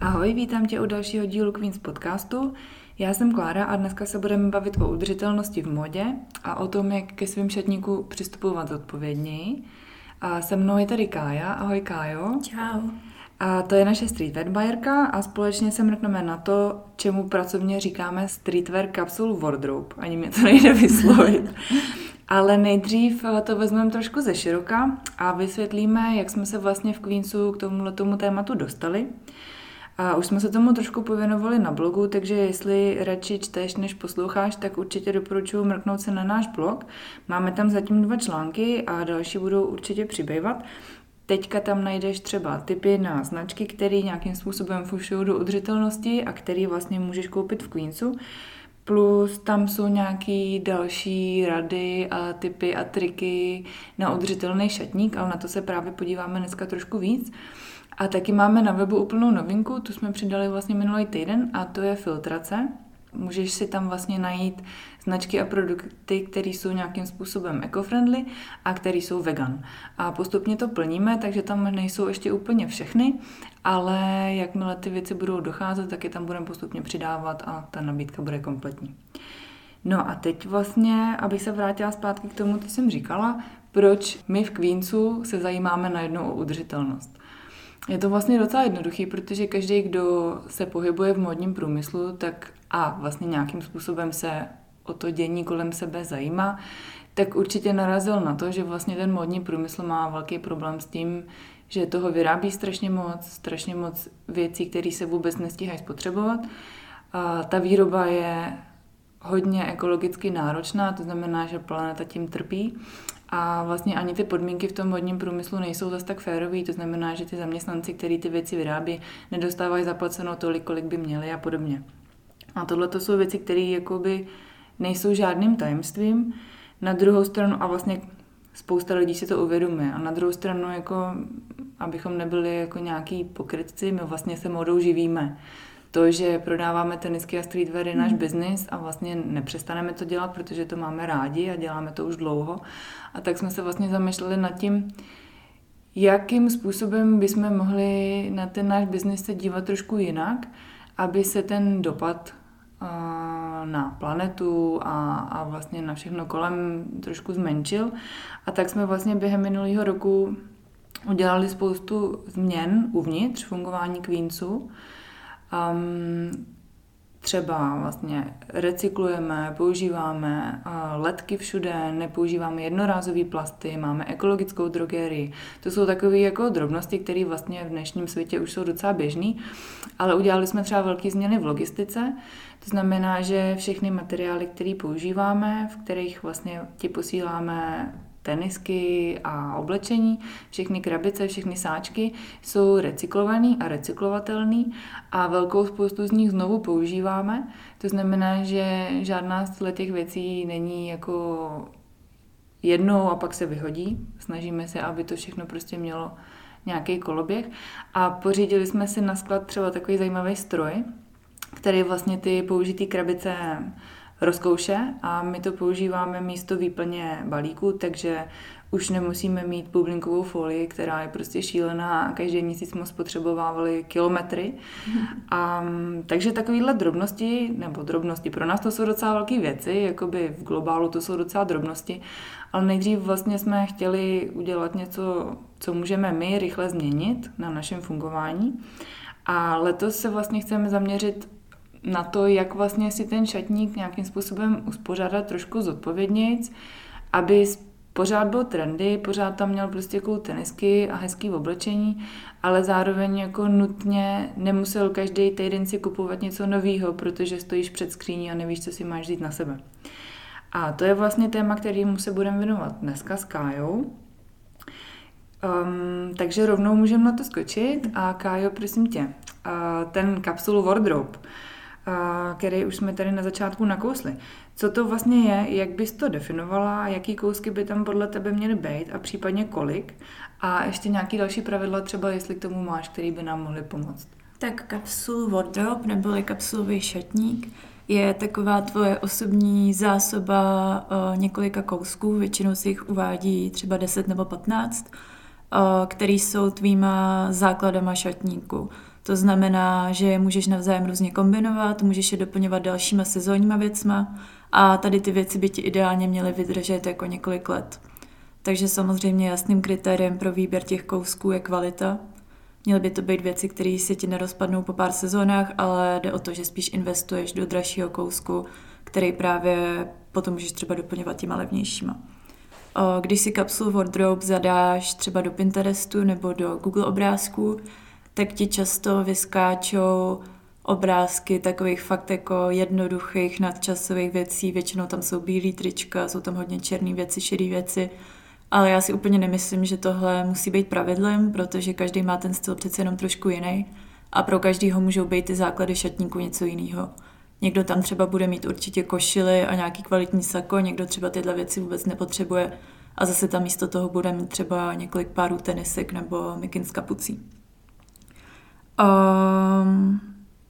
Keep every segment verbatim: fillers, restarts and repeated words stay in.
Ahoj, vítám tě u dalšího dílu Queens podcastu. Já jsem Klára a dneska se budeme bavit o udržitelnosti v módě a o tom, jak ke svým šatníku přistupovat zodpovědněji. A se mnou je tady Kája. Ahoj Kájo. Čau. A to je naše streetwear buyerka a společně se mrkneme na to, čemu pracovně říkáme streetwear capsule wardrobe. Ani mě to nejde vyslovit. Ale nejdřív to vezmeme trošku ze široka a vysvětlíme, jak jsme se vlastně v Queensu k tomuto tématu dostali. A už jsme se tomu trošku pověnovali na blogu, takže jestli radši čteš, než posloucháš, tak určitě doporučuji mrknout se na náš blog. Máme tam zatím dva články a další budou určitě přibývat. Teďka tam najdeš třeba tipy na značky, které nějakým způsobem fušují do udržitelnosti a které vlastně můžeš koupit v Queensu. Plus tam jsou nějaké další rady a tipy a triky na udržitelný šatník, ale na to se právě podíváme dneska trošku víc. A taky máme na webu úplnou novinku, tu jsme přidali vlastně minulý týden a to je filtrace. Můžeš si tam vlastně najít značky a produkty, které jsou nějakým způsobem eco-friendly a které jsou vegan. A postupně to plníme, takže tam nejsou ještě úplně všechny, ale jakmile ty věci budou docházet, tak je tam budeme postupně přidávat a ta nabídka bude kompletní. No a teď vlastně, abych se vrátila zpátky k tomu, co jsem říkala, proč my v Queensu se zajímáme najednou o udržitelnost. Je to vlastně docela jednoduchý, protože každý, kdo se pohybuje v módním průmyslu, tak a vlastně nějakým způsobem se o to dění kolem sebe zajímá, tak určitě narazil na to, že vlastně ten módní průmysl má velký problém s tím, že toho vyrábí strašně moc, strašně moc věcí, které se vůbec nestíhají spotřebovat. A ta výroba je hodně ekologicky náročná, to znamená, že planeta tím trpí. A vlastně ani ty podmínky v tom módním průmyslu nejsou zase tak férový, to znamená, že ty zaměstnanci, kteří ty věci vyrábí, nedostávají zaplaceno tolik, kolik by měli a podobně. A tohle to jsou věci, které jakoby nejsou žádným tajemstvím. Na druhou stranu, a vlastně spousta lidí si to uvědomuje, a na druhou stranu, jako, abychom nebyli jako nějaký pokrytci, my vlastně se módou živíme. To, že prodáváme tenisky a streetwear je náš biznis a vlastně nepřestaneme to dělat, protože to máme rádi a děláme to už dlouho. A tak jsme se vlastně zamýšleli nad tím, jakým způsobem bychom mohli na ten náš biznis se dívat trošku jinak, aby se ten dopad na planetu a, a vlastně na všechno kolem trošku zmenšil. A tak jsme vlastně během minulého roku udělali spoustu změn uvnitř fungování Queensu. Um, třeba vlastně recyklujeme, používáme uh, ledky všude, nepoužíváme jednorázové plasty, máme ekologickou drogérii. To jsou takové jako drobnosti, které vlastně v dnešním světě už jsou docela běžný, ale udělali jsme třeba velké změny v logistice. To znamená, že všechny materiály, které používáme, v kterých vlastně ti posíláme tenisky a oblečení, všechny krabice, všechny sáčky jsou recyklovaný a recyklovatelný a velkou spoustu z nich znovu používáme. To znamená, že žádná z těch věcí není jako jednou a pak se vyhodí. Snažíme se, aby to všechno prostě mělo nějaký koloběh a pořídili jsme si na sklad třeba takový zajímavý stroj, který vlastně ty použitý krabice rozkouše a my to používáme místo výplně balíku, takže už nemusíme mít bublinkovou folii, která je prostě šílená a každý měsíc jsme spotřebovávali kilometry. A, takže takovýhle drobnosti, nebo drobnosti, pro nás to jsou docela velké věci, jakoby v globálu to jsou docela drobnosti, ale nejdřív vlastně jsme chtěli udělat něco, co můžeme my rychle změnit na našem fungování. A letos se vlastně chceme zaměřit na to, jak vlastně si ten šatník nějakým způsobem uspořádat trošku zodpovědnějc, aby pořád byl trendy, pořád tam měl prostě cool tenisky a hezký oblečení, ale zároveň jako nutně nemusel každý týden si kupovat něco nového, protože stojíš před skříní a nevíš, co si máš vzít na sebe. A to je vlastně téma, kterému se budeme věnovat dneska s Kájou. Um, takže rovnou můžeme na to skočit a Kájo, prosím tě, uh, ten capsule wardrobe, který už jsme tady na začátku nakousli. Co to vlastně je, jak bys to definovala, jaký kousky by tam podle tebe měly být a případně kolik? A ještě nějaký další pravidla, třeba jestli k tomu máš, který by nám mohly pomoct. Tak capsule wardrobe neboli kapsulový šatník je taková tvoje osobní zásoba uh, několika kousků, většinou si jich uvádí třeba deset nebo patnáct, uh, který jsou tvýma základama šatníku. To znamená, že je můžeš navzájem různě kombinovat, můžeš je doplňovat dalšíma sezónníma věcma a tady ty věci by ti ideálně měly vydržet jako několik let. Takže samozřejmě jasným kritériem pro výběr těch kousků je kvalita. Měly by to být věci, které se ti nerozpadnou po pár sezónách, ale jde o to, že spíš investuješ do dražšího kousku, který právě potom můžeš třeba doplňovat těma levnějšíma. Když si kapsulu wardrobe zadáš třeba do Pinterestu nebo do Google obrázků, tak ti často vyskáčou obrázky takových fakt jako jednoduchých nadčasových věcí. Většinou tam jsou bílý trička, jsou tam hodně černé věci, šedé věci. Ale já si úplně nemyslím, že tohle musí být pravidlem, protože každý má ten styl přece jenom trošku jiný a pro každýho můžou být ty základy šatníku něco jiného. Někdo tam třeba bude mít určitě košily a nějaký kvalitní sako, někdo třeba tyhle věci vůbec nepotřebuje a zase tam místo toho bude mít třeba několik párů tenisek nebo mikin s kapucí. Um...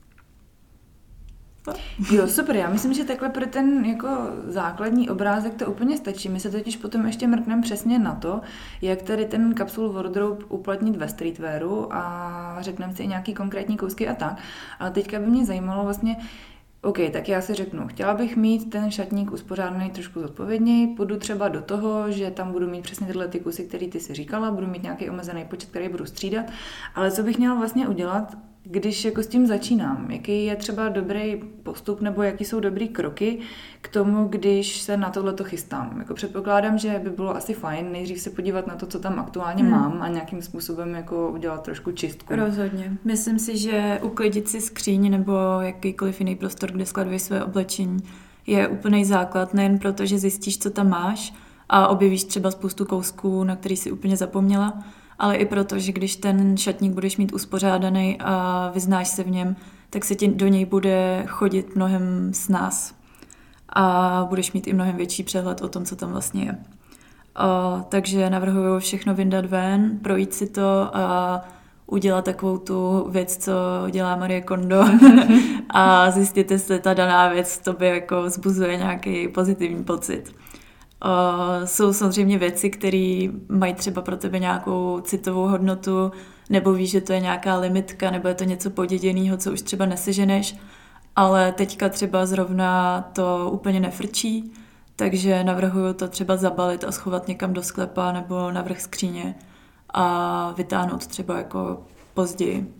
Jo, super, já myslím, že takhle pro ten jako základní obrázek to úplně stačí. My se totiž potom ještě mrkneme přesně na to, jak tady ten kapsul wardrobe uplatnit ve streetwearu a řekneme si i nějaký konkrétní kousky a tak. Ale teďka by mě zajímalo vlastně, OK, tak já si řeknu, chtěla bych mít ten šatník uspořádaný trošku zodpovědněji, půjdu třeba do toho, že tam budu mít přesně tyhle ty kusy, které ty si říkala, budu mít nějaký omezený počet, který budu střídat, ale co bych měla vlastně udělat, když jako s tím začínám, jaký je třeba dobrý postup nebo jaký jsou dobrý kroky k tomu, když se na tohleto chystám. Jako předpokládám, že by bylo asi fajn nejdřív se podívat na to, co tam aktuálně hmm. mám a nějakým způsobem jako udělat trošku čistku. Rozhodně. Myslím si, že uklidit si skříň nebo jakýkoliv jiný prostor, kde skladuješ své oblečení, je úplný základ, nejen proto, že zjistíš, co tam máš a objevíš třeba spoustu kousků, na který si úplně zapomněla, ale i proto, že když ten šatník budeš mít uspořádaný a vyznáš se v něm, tak se ti do něj bude chodit mnohem snáz a budeš mít i mnohem větší přehled o tom, co tam vlastně je. A, takže navrhuju všechno vyndat ven, projít si to a udělat takovou tu věc, co dělá Marie Kondo a zjistit, jestli ta daná věc tobě jako vzbuzuje nějaký pozitivní pocit. Uh, jsou samozřejmě věci, které mají třeba pro tebe nějakou citovou hodnotu, nebo víš, že to je nějaká limitka, nebo je to něco poděděného, co už třeba neseženeš, ale teďka třeba zrovna to úplně nefrčí, takže navrhuju to třeba zabalit a schovat někam do sklepa nebo na vrch skříně a vytáhnout třeba jako později.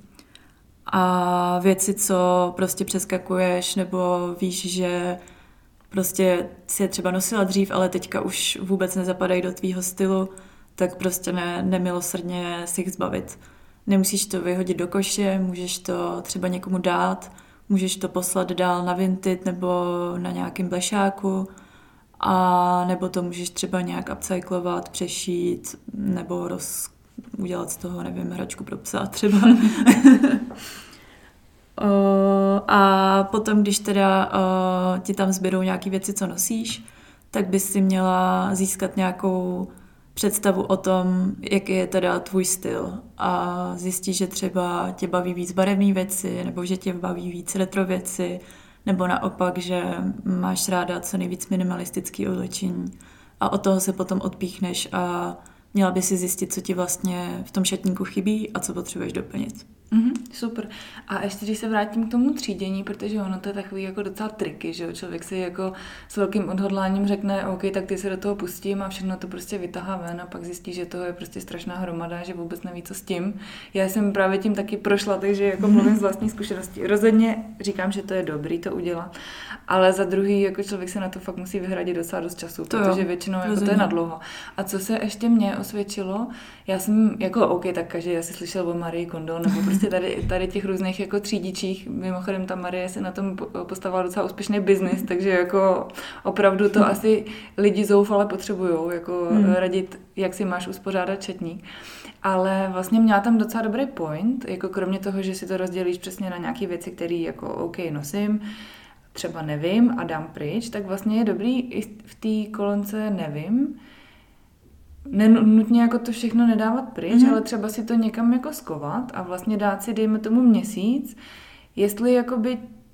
A věci, co prostě přeskakuješ, nebo víš, že prostě si je třeba nosila dřív, ale teďka už vůbec nezapadají do tvýho stylu, tak prostě ne, nemilosrdně si jich zbavit. Nemusíš to vyhodit do koše, můžeš to třeba někomu dát, můžeš to poslat dál na Vinted nebo na nějakým blešáku, a nebo to můžeš třeba nějak upcyklovat, přešít nebo roz, udělat z toho, nevím, hračku pro psa třeba. Uh, a potom, když teda uh, ti tam zbydou nějaké věci, co nosíš, tak bys si měla získat nějakou představu o tom, jaký je teda tvůj styl a zjistíš, že třeba tě baví víc barevné věci, nebo že tě baví víc retro věci, nebo naopak, že máš ráda co nejvíc minimalistický oblečení a od toho se potom odpíchneš a měla by si zjistit, co ti vlastně v tom šatníku chybí a co potřebuješ doplnit. Mm-hmm, super. A ještě když se vrátím k tomu třídění, protože ono to je takový jako docela triky, že jo? Člověk si jako s velkým odhodláním řekne, OK, tak ty se do toho pustím a všechno to prostě vytahá ven a pak zjistí, že toho je prostě strašná hromada, že vůbec neví, co s tím. Já jsem právě tím taky prošla, takže jako mluvím z vlastní zkušenosti. Rozhodně říkám, že to je dobrý to udělat, ale za druhý jako člověk se na to fakt musí vyhradit docela dost času, to protože jo, většinou jako to je nadlouho. A co se ještě mě osvědčilo, já jsem jako OK, tak každý asi slyšel o Marie Kondo nebo prostě tady, tady těch různých jako třídičích. Mimochodem ta Marie se na tom postavila docela úspěšný biznis, takže jako opravdu to asi lidi zoufale potřebujou, jako hmm. radit, jak si máš uspořádat šatník. Ale vlastně měla tam docela dobrý point, jako kromě toho, že si to rozdělíš přesně na nějaké věci, které jako OK nosím, třeba nevím a dám pryč, tak vlastně je dobrý i v té kolonce nevím, nenutně jako to všechno nedávat pryč, mm-hmm. ale třeba si to někam jako skovat a vlastně dát si, dejme tomu měsíc, jestli jakoby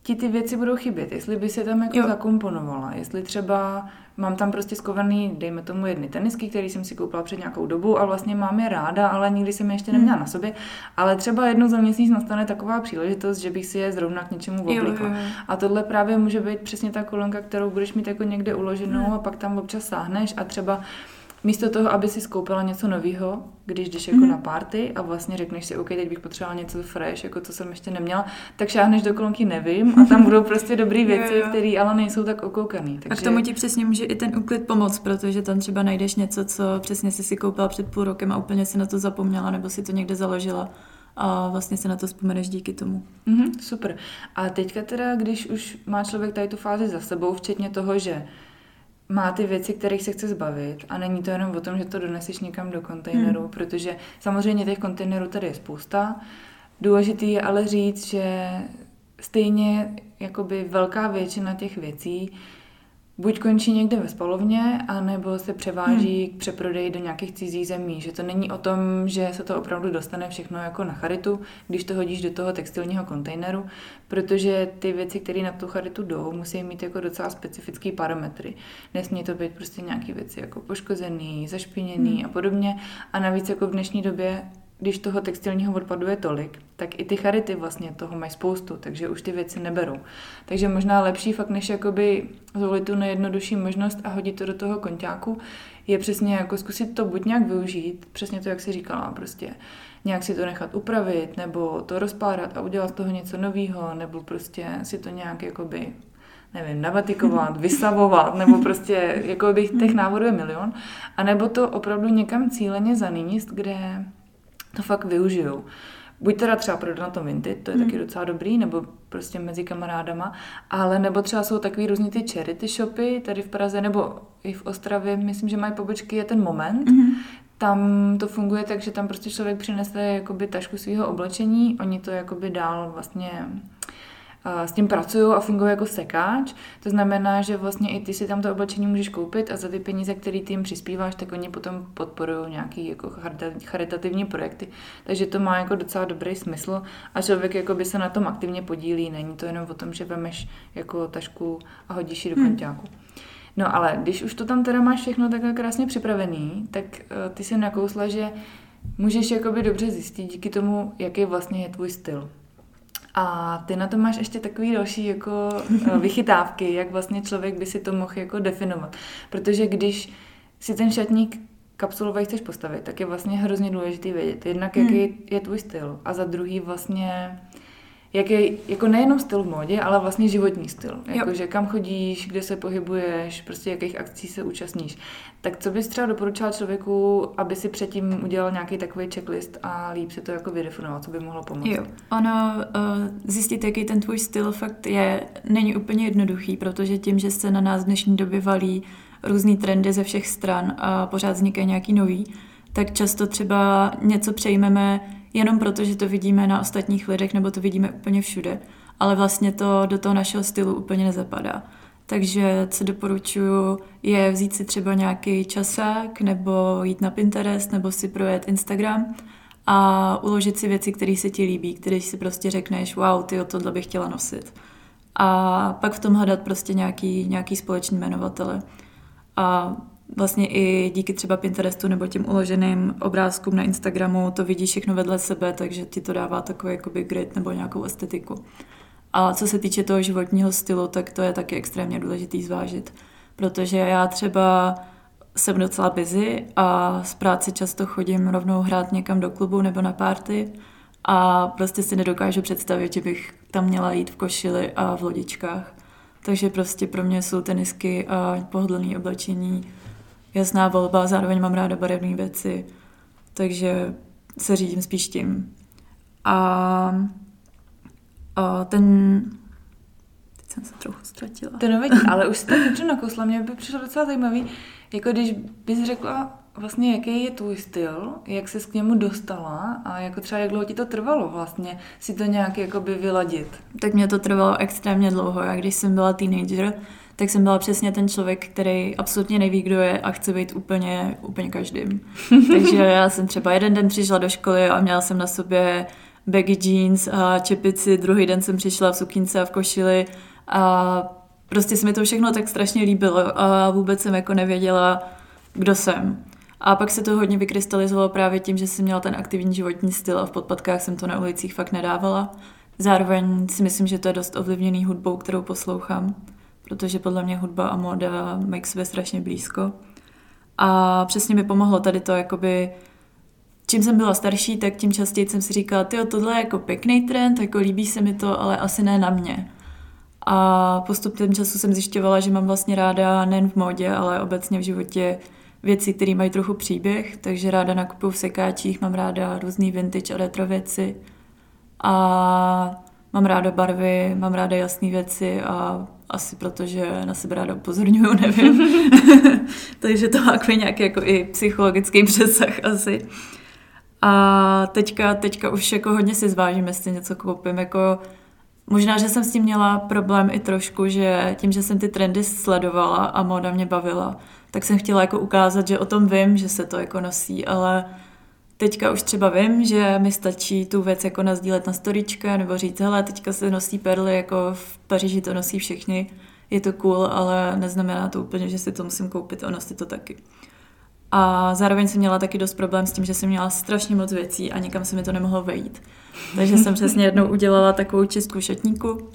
ti ty věci budou chybět, jestli by se tam jako jo. zakomponovala, jestli třeba mám tam prostě skovaný, dejme tomu jedny tenisky, který jsem si koupila před nějakou dobu a vlastně mám je ráda, ale nikdy jsem je ještě neměla na sobě, ale třeba jednou za měsíc nastane taková příležitost, že bych si je zrovna k něčemu oblíkla. A tohle právě může být přesně ta kolonka, kterou budeš mít jako někde uloženou a pak tam občas sáhneš a třeba místo toho, aby si skoupila něco nového, když jdeš jako mm. na party a vlastně řekneš si, OK, teď bych potřebovala něco fresh, jako co jsem ještě neměla, tak šáhneš do kolonky nevím a tam budou prostě dobré věci, které ale nejsou tak okoukaný. Takže... A k tomu ti přesně může i ten úklid pomoct, protože tam třeba najdeš něco, co přesně jsi si koupila před půl rokem a úplně si na to zapomněla nebo si to někde založila a vlastně si na to vzpomeneš díky tomu. Mm-hmm, super. A teďka teda, když už má člověk tady tu fázi za sebou, včetně toho, že má ty věci, kterých se chce zbavit a není to jenom o tom, že to doneseš někam do kontejneru, hmm. protože samozřejmě těch kontejnerů tady je spousta. Důležitý je ale říct, že stejně jakoby velká většina těch věcí buď končí někde ve spalovně, anebo se převáží hmm. k přeprodeji do nějakých cizích zemí. Že to není o tom, že se to opravdu dostane všechno jako na charitu, když to hodíš do toho textilního kontejneru, protože ty věci, které na tu charitu jdou, musí mít jako docela specifické parametry. Nesmí to být prostě nějaké věci jako poškozený, zašpiněný hmm. a podobně. A navíc jako v dnešní době, když toho textilního odpadu je tolik, tak i ty charity vlastně toho mají spoustu, takže už ty věci neberou. Takže možná lepší fakt, než jakoby zvolit tu nejjednodušší možnost a hodit to do toho konťáku, je přesně jako zkusit to buď nějak využít, přesně to, jak jsi říkala, prostě nějak si to nechat upravit, nebo to rozpárat a udělat z toho něco nového, nebo prostě si to nějak jakoby nevím, navatikovat, vysavovat, nebo prostě jako bych těch návodů je milion, a nebo to opravdu někam cíleně zaníst, kde to fakt využijou. Buď teda třeba prodat na tom Vinted, to je hmm. taky docela dobrý, nebo prostě mezi kamarádama, ale nebo třeba jsou takový různý ty charity shopy tady v Praze, nebo i v Ostravě, myslím, že mají pobočky, je ten Moment. Hmm. Tam to funguje tak, že tam prostě člověk přinese jakoby tašku svého oblečení, oni to jakoby dál vlastně s tím pracují a fungují jako sekáč. To znamená, že vlastně i ty si tam to oblečení můžeš koupit a za ty peníze, které ty jim přispíváš, tak oni potom podporují nějaký jako charitativní projekty. Takže to má jako docela dobrý smysl a člověk jako by se na tom aktivně podílí. Není to jenom o tom, že vemeš jako tašku a hodíš ji do konťáku. No ale když už to tam teda máš všechno takhle krásně připravený, tak uh, ty si nakousla, že můžeš jakoby dobře zjistit díky tomu, jaký vlastně je tvůj styl. A ty na to máš ještě takový další jako vychytávky, jak vlastně člověk by si to mohl jako definovat. Protože když si ten šatník kapsulový chceš postavit, tak je vlastně hrozně důležitý vědět. Jednak, jaký hmm. je tvůj styl a za druhý vlastně jaký, jako nejenom styl v módě, ale vlastně životní styl. Jakože kam chodíš, kde se pohybuješ, prostě jakých akcí se účastníš. Tak co bys třeba doporučila člověku, aby si předtím udělal nějaký takový checklist a líp si to jako vydefinoval, co by mohlo pomoct? Jo, ono uh, zjistit, jaký ten tvůj styl fakt je, není úplně jednoduchý, protože tím, že se na nás v dnešní době valí různý trendy ze všech stran a pořád vznikají nějaký nový, tak často třeba něco přejmeme jenom proto, že to vidíme na ostatních lidech nebo to vidíme úplně všude, ale vlastně to do toho našeho stylu úplně nezapadá. Takže co doporučuji je vzít si třeba nějaký časák nebo jít na Pinterest nebo si projet Instagram a uložit si věci, které se ti líbí, které si prostě řekneš, wow, tyjo, tohle bych chtěla nosit. A pak v tom hledat prostě nějaký, nějaký společný jmenovatele. A vlastně i díky třeba Pinterestu nebo těm uloženým obrázkům na Instagramu to vidíš všechno vedle sebe, takže ti to dává takový jakoby grid nebo nějakou estetiku. A co se týče toho životního stylu, tak to je taky extrémně důležitý zvážit, protože já třeba jsem docela busy a z práce často chodím rovnou hrát někam do klubu nebo na party a prostě si nedokážu představit, že bych tam měla jít v košili a v lodičkách. Takže prostě pro mě jsou tenisky a pohodlné oblečení jasná volba, zároveň mám ráda barevné věci, takže se řídím spíš tím. A, a ten... Teď jsem se trochu ztratila. To nevadí, ale už jste něco nakousla, mě by přišlo docela zajímavý, jako když bys řekla vlastně, jaký je tvůj styl, jak ses k němu dostala a jako třeba jak dlouho ti to trvalo vlastně si to nějak jakoby vyladit. Tak mě to trvalo extrémně dlouho. Já když jsem byla teenager, tak jsem byla přesně ten člověk, který absolutně neví, kdo je a chce být úplně, úplně každým. Takže já jsem třeba jeden den přišla do školy a měla jsem na sobě baggy jeans a čepici, druhý den jsem přišla v sukínce a v košili a prostě se mi to všechno tak strašně líbilo a vůbec jsem jako nevěděla, kdo jsem. A pak se to hodně vykrystalizovalo právě tím, že jsem měla ten aktivní životní styl a v podpatkách jsem to na ulicích fakt nedávala. Zároveň si myslím, že to je dost ovlivněný hudbou, kterou poslouchám, protože podle mě hudba a móda mají k sobě strašně blízko. A přesně mi pomohlo tady to, jakoby, čím jsem byla starší, tak tím častěji jsem si říkala, tyjo, tohle je jako pěkný trend, jako líbí se mi to, ale asi ne na mě. A postupem času jsem zjišťovala, že mám vlastně ráda nejen v módě, ale obecně v životě věci, které mají trochu příběh, takže ráda nakupuju v sekáčích, mám ráda různý vintage a retro věci a mám ráda barvy, mám ráda jasné věci a asi protože na sebe ráda upozorňuju, nevím. Takže to má nějaký jako i psychologický přesah asi. A teďka, teďka už jako hodně si zvážím, jestli něco koupím. Jako, možná, že jsem s tím měla problém i trošku, že tím, že jsem ty trendy sledovala a móda mě bavila, tak jsem chtěla jako ukázat, že o tom vím, že se to jako nosí, ale teďka už třeba vím, že mi stačí tu věc jako nazdílet na storíčka nebo říct, hele, teďka se nosí perly, jako v Paříži to nosí všichni, je to cool, ale neznamená to úplně, že si to musím koupit a nosit to taky. A zároveň jsem měla taky dost problém s tím, že jsem měla strašně moc věcí a nikam se mi to nemohlo vejít. Takže jsem přesně jednou udělala takovou čistku šatníku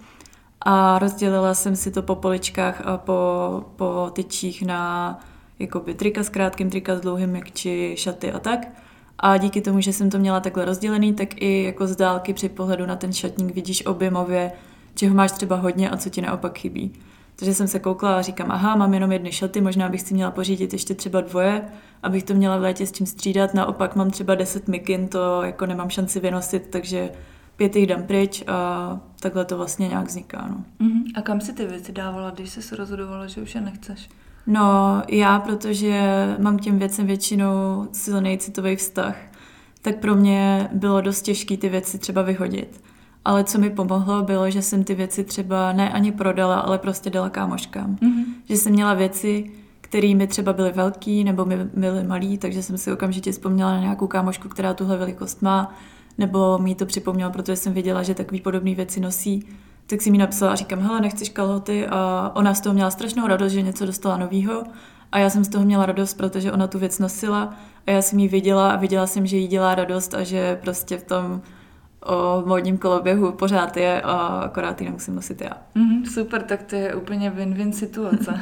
a rozdělila jsem si to po poličkách a po, po tyčích na jakoby trika s krátkým, trika s dlouhým měkči, šaty a tak. A díky tomu, že jsem to měla takhle rozdělený, tak i jako z dálky při pohledu na ten šatník vidíš objemově, čeho máš třeba hodně a co ti naopak chybí. Takže jsem se koukla a říkám, aha, mám jenom jedny šaty, možná bych si měla pořídit ještě třeba dvoje, abych to měla v létě s tím střídat. Naopak mám třeba deset mikin, to jako nemám šanci vynosit, takže pět jich dám pryč a takhle to vlastně nějak vzniká. No. Uh-huh. A kam si ty věci dávala, když jsi se rozhodovala, že už je nechceš? No, já, protože mám k těm věcem většinou silný citový vztah, tak pro mě bylo dost těžké ty věci třeba vyhodit. Ale co mi pomohlo, bylo, že jsem ty věci třeba ne ani prodala, ale prostě dala kámoškám. Mm-hmm. Že jsem měla věci, které mi třeba byly velký nebo mi byly malý, takže jsem si okamžitě vzpomněla na nějakou kámošku, která tuhle velikost má, nebo mi to připomněla, protože jsem věděla, že takový podobné věci nosí. Tak si mi napsala a říkám, hele, nechceš kalhoty? A ona z toho měla strašnou radost, že něco dostala novýho. A já jsem z toho měla radost, protože ona tu věc nosila a já jsem ji viděla a viděla jsem, že jí dělá radost a že prostě v tom o módním koloběhu pořád je a akorát ji nemusím nosit já. Mm, super, tak to je úplně win-win situace.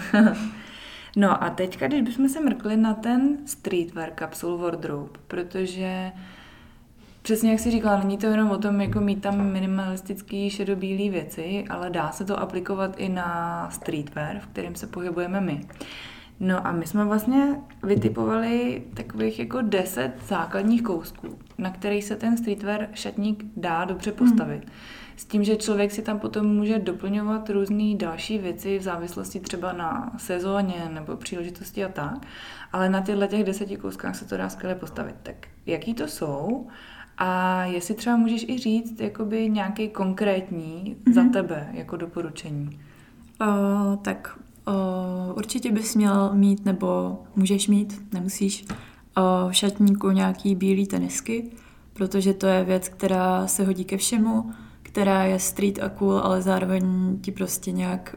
No a teďka, když bychom se mrkli na ten streetwear capsule wardrobe, protože přesně jak jsi říkala, není to jenom o tom, jako mít tam minimalistický šedobílý věci, ale dá se to aplikovat i na streetwear, v kterém se pohybujeme my. No a my jsme vlastně vytipovali takových jako deset základních kousků, na kterých se ten streetwear šatník dá dobře postavit. Hmm. S tím, že člověk si tam potom může doplňovat různé další věci v závislosti třeba na sezóně nebo příležitosti a tak, ale na těchto těch deseti kouskách se to dá skvěle postavit. Tak jaký to jsou? A jestli třeba můžeš i říct jakoby nějaký konkrétní mm-hmm. za tebe jako doporučení? Uh, tak uh, určitě bys měl mít, nebo můžeš mít, nemusíš, uh, v šatníku nějaký bílý tenisky, protože to je věc, která se hodí ke všemu, která je street a cool, ale zároveň ti prostě nějak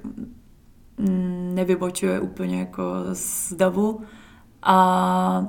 mm, nevybočuje úplně jako z davu. A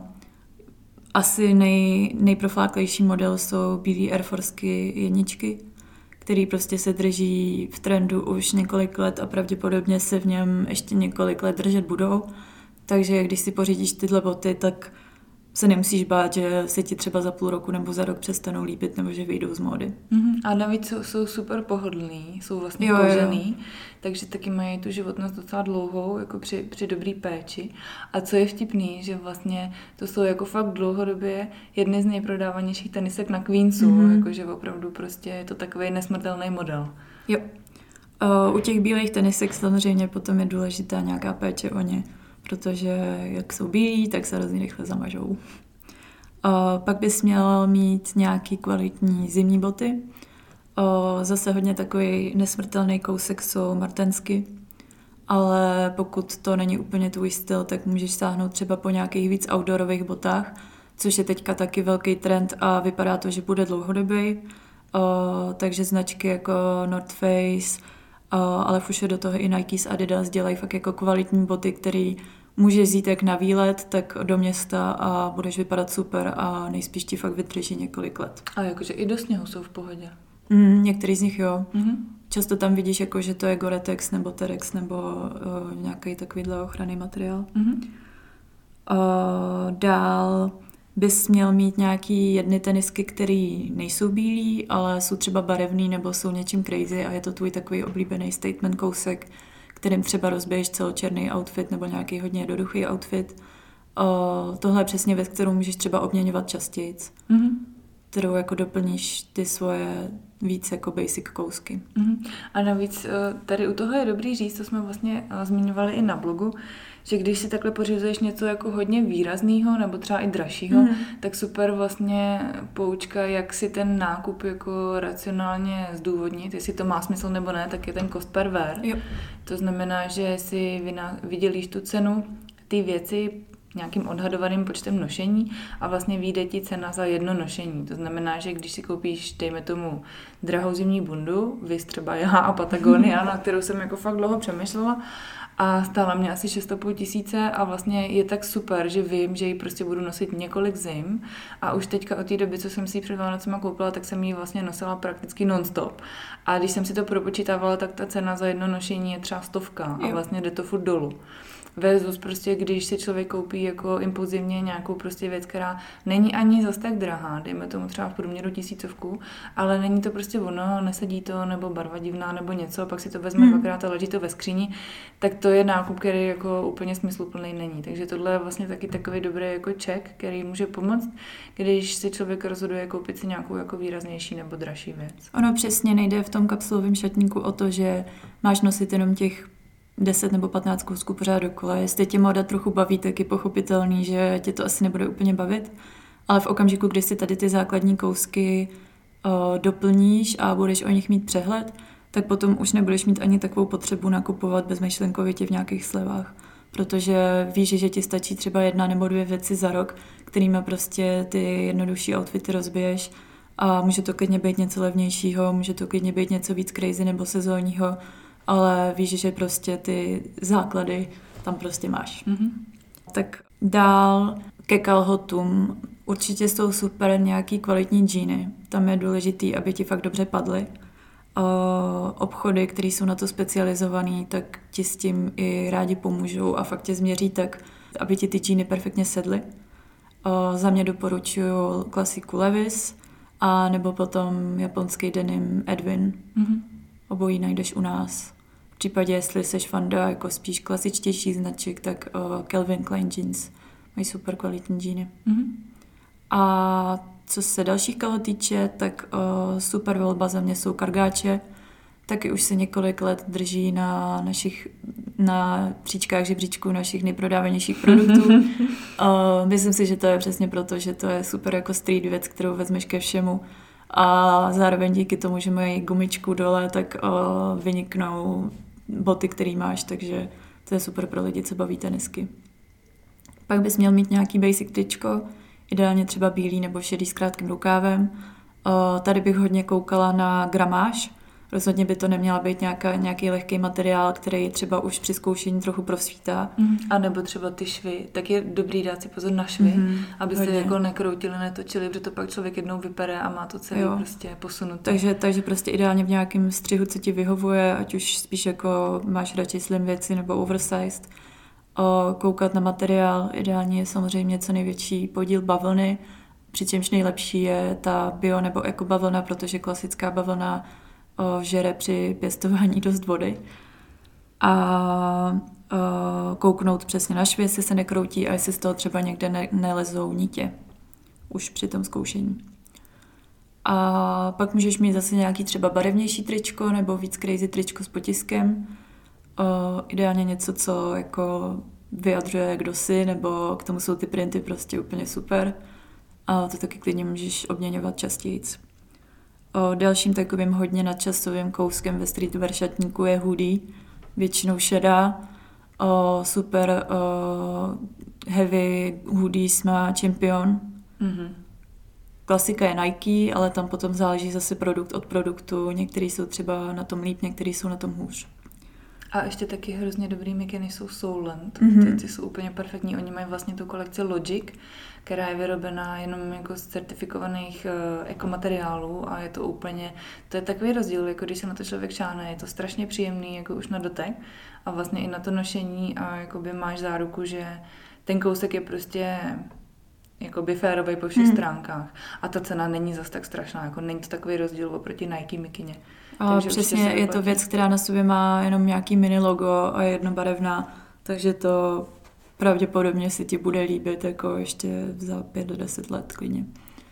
asi nej, nejprofláklejší model jsou bílý Air Forceky jedničky, který prostě se drží v trendu už několik let a pravděpodobně se v něm ještě několik let držet budou. Takže když si pořídíš tyhle boty, tak se nemusíš bát, že se ti třeba za půl roku nebo za rok přestanou líbit nebo že vyjdou z módy. Mm-hmm. A navíc jsou, jsou super pohodlný, jsou vlastně jo, kožený, jo. takže taky mají tu životnost docela dlouhou, jako při, při dobrý péči. A co je vtipný, že vlastně to jsou jako fakt dlouhodobě jedny z nejprodávanějších tenisek na Queensu, mm-hmm. jakože opravdu prostě je to takový nesmrtelný model. Jo. U těch bílých tenisek samozřejmě potom je důležitá nějaká péče o ně, protože jak jsou bílí, tak se hrozně rychle zamažou. Uh, pak bys měl mít nějaký kvalitní zimní boty. Uh, zase hodně takový nesmrtelný kousek jsou martensky, ale pokud to není úplně tvůj styl, tak můžeš sáhnout třeba po nějakých víc outdoorových botách, což je teďka taky velký trend a vypadá to, že bude dlouhodobý. Uh, takže značky jako North Face, uh, ale už je do toho i Nike s Adidas dělají fakt jako kvalitní boty, který můžeš jít jak na výlet, tak do města a budeš vypadat super a nejspíš ti fakt vydrží několik let. A jakože i do sněhu jsou v pohodě. Mm, některý z nich jo. Mm-hmm. Často tam vidíš, jako, že to je Gore-Tex nebo Terex nebo uh, nějaký takovýhle ochranný materiál. Mm-hmm. Uh, dál bys měl mít nějaký jedny tenisky, které nejsou bílý, ale jsou třeba barevný nebo jsou něčím crazy a je to tvůj takový oblíbený statement kousek, kterým třeba rozbiješ celočerný outfit nebo nějaký hodně jednoduchý outfit. Uh, tohle je přesně věc, kterou můžeš třeba obměňovat častěji, mm-hmm. kterou jako doplníš ty svoje víc jako basic kousky. Mm-hmm. A navíc tady u toho je dobrý říct, to jsme vlastně zmiňovali i na blogu, že když si takhle pořizuješ něco jako hodně výrazného nebo třeba i dražšího, mm. tak super vlastně poučka, jak si ten nákup jako racionálně zdůvodnit, jestli to má smysl nebo ne, tak je ten cost per wear. Jo. To znamená, že si vydělíš tu cenu ty věci nějakým odhadovaným počtem nošení a vlastně vyjde ti cena za jedno nošení. To znamená, že když si koupíš, dejme tomu, drahou zimní bundu, vys třeba já a Patagonia, na kterou jsem jako fakt dlouho přemýšlela, a stála mě asi šest a půl tisíce a vlastně je tak super, že vím, že ji prostě budu nosit několik zim a už teďka od té doby, co jsem si ji před Vánocema koupila, tak jsem ji vlastně nosila prakticky non-stop. A když jsem si to propočítávala, tak ta cena za jedno nošení je třeba stovka a vlastně jde to furt dolů. Versus prostě, když si člověk koupí jako impulzivně nějakou prostě věc, která není ani zas tak drahá, dejme tomu třeba v průměru tisícovku, ale není to prostě ono, nesedí to, nebo barva divná, nebo něco, pak si to vezme hmm. dvakrát a leží to ve skříni, tak to je nákup, který jako úplně smysluplný není. Takže tohle je vlastně taky takový dobrý jako check, který může pomoct, když si člověk rozhoduje koupit si nějakou jako výraznější nebo dražší věc. Ono přesně nejde v tom kapsulovém šatníku o to, že máš nosit jenom těch deset nebo patnáct kousků pořád dokola. Jestli tě móda trochu baví, tak je pochopitelný, že tě to asi nebude úplně bavit, ale v okamžiku, kdy si tady ty základní kousky uh, doplníš a budeš o nich mít přehled, tak potom už nebudeš mít ani takovou potřebu nakupovat bezmyšlenkovitě v nějakých slevách, protože víš, že ti stačí třeba jedna nebo dvě věci za rok, kterými prostě ty jednodušší outfity rozbiješ a může to klidně být něco levnějšího, může to klidně být něco víc crazy nebo sezónního, ale víš, že prostě ty základy tam prostě máš. Mm-hmm. Tak dál ke kalhotům. Určitě jsou super nějaký kvalitní džíny. Tam je důležitý, aby ti fakt dobře padly. Uh, obchody, které jsou na to specializované, tak ti s tím i rádi pomůžou a fakt tě změří tak, aby ti ty džíny perfektně sedly. Uh, za mě doporučuju klasiku Levi's a nebo potom japonský denim Edwin. Mm-hmm. Obojí najdeš u nás. V případě, jestli seš fanda jako spíš klasičtější značek, tak uh, Calvin Klein Jeans mají super kvalitní džíny. Mm-hmm. A co se dalších kalhot týče, tak uh, super volba za mě jsou kargáče. Taky už se několik let drží na našich na příčkách žebříčků našich nejprodávanějších produktů. uh, myslím si, že to je přesně proto, že to je super jako street věc, kterou vezmeš ke všemu. A zároveň díky tomu, že mají gumičku dole, tak uh, vyniknou boty, který máš, takže to je super pro lidi, co baví tenisky. Pak bys měl mít nějaký basic tričko, ideálně třeba bílý nebo šedý s krátkým rukávem. Uh, tady bych hodně koukala na gramáž. Rozhodně by to neměla být nějaká, nějaký lehký materiál, který třeba už při zkoušení trochu prosvítá. Mm. A nebo třeba ty švy. Tak je dobrý dát si pozor na švy, mm-hmm. aby se jako nekroutili, netočili, protože to pak člověk jednou vypere a má to celé prostě posunuté. Takže, takže prostě ideálně v nějakém střihu, co ti vyhovuje, ať už spíš jako máš radši slim věci nebo oversized. O, koukat na materiál, ideálně je samozřejmě co největší podíl bavlny, přičemž nejlepší je ta bio nebo eko bavlna, protože klasická bavlna o, žere při pěstování dost vody. A o, kouknout přesně na švy, jestli se nekroutí a jestli z toho třeba někde ne, nelezou nitě už při tom zkoušení. A pak můžeš mít zase nějaký třeba barevnější tričko nebo víc crazy tričko s potiskem. O, ideálně něco, co jako vyjadřuje, kdo jsi, nebo k tomu jsou ty printy prostě úplně super. A to taky klidně můžeš obměňovat častěji. O, dalším takovým hodně nadčasovým kouskem ve streetwear šatníku je hoodie, většinou šedá. O, super o, heavy hoodies má Champion. Mm-hmm. klasika je Nike, ale tam potom záleží zase produkt od produktu. Některý jsou třeba na tom líp, některý jsou na tom hůř. A ještě taky hrozně dobrý mikiny jsou Soulent. Mm-hmm. Ty, ty jsou úplně perfektní. Oni mají vlastně tu kolekci Logic, která je vyrobená jenom jako z certifikovaných uh, ekomateriálů a je to úplně, to je takový rozdíl, jako když se na to člověk šáhne, je to strašně příjemný, jako už na dotek a vlastně i na to nošení a jakoby máš záruku, že ten kousek je prostě jakoby férovej po všech mm. stránkách a ta cena není zas tak strašná, jako není to takový rozdíl oproti Nike mikině. A takže přesně je to věc, která na sobě má jenom nějaký mini logo a je jednobarevná, takže to pravděpodobně si ti bude líbit jako ještě za pět do deset let klidně.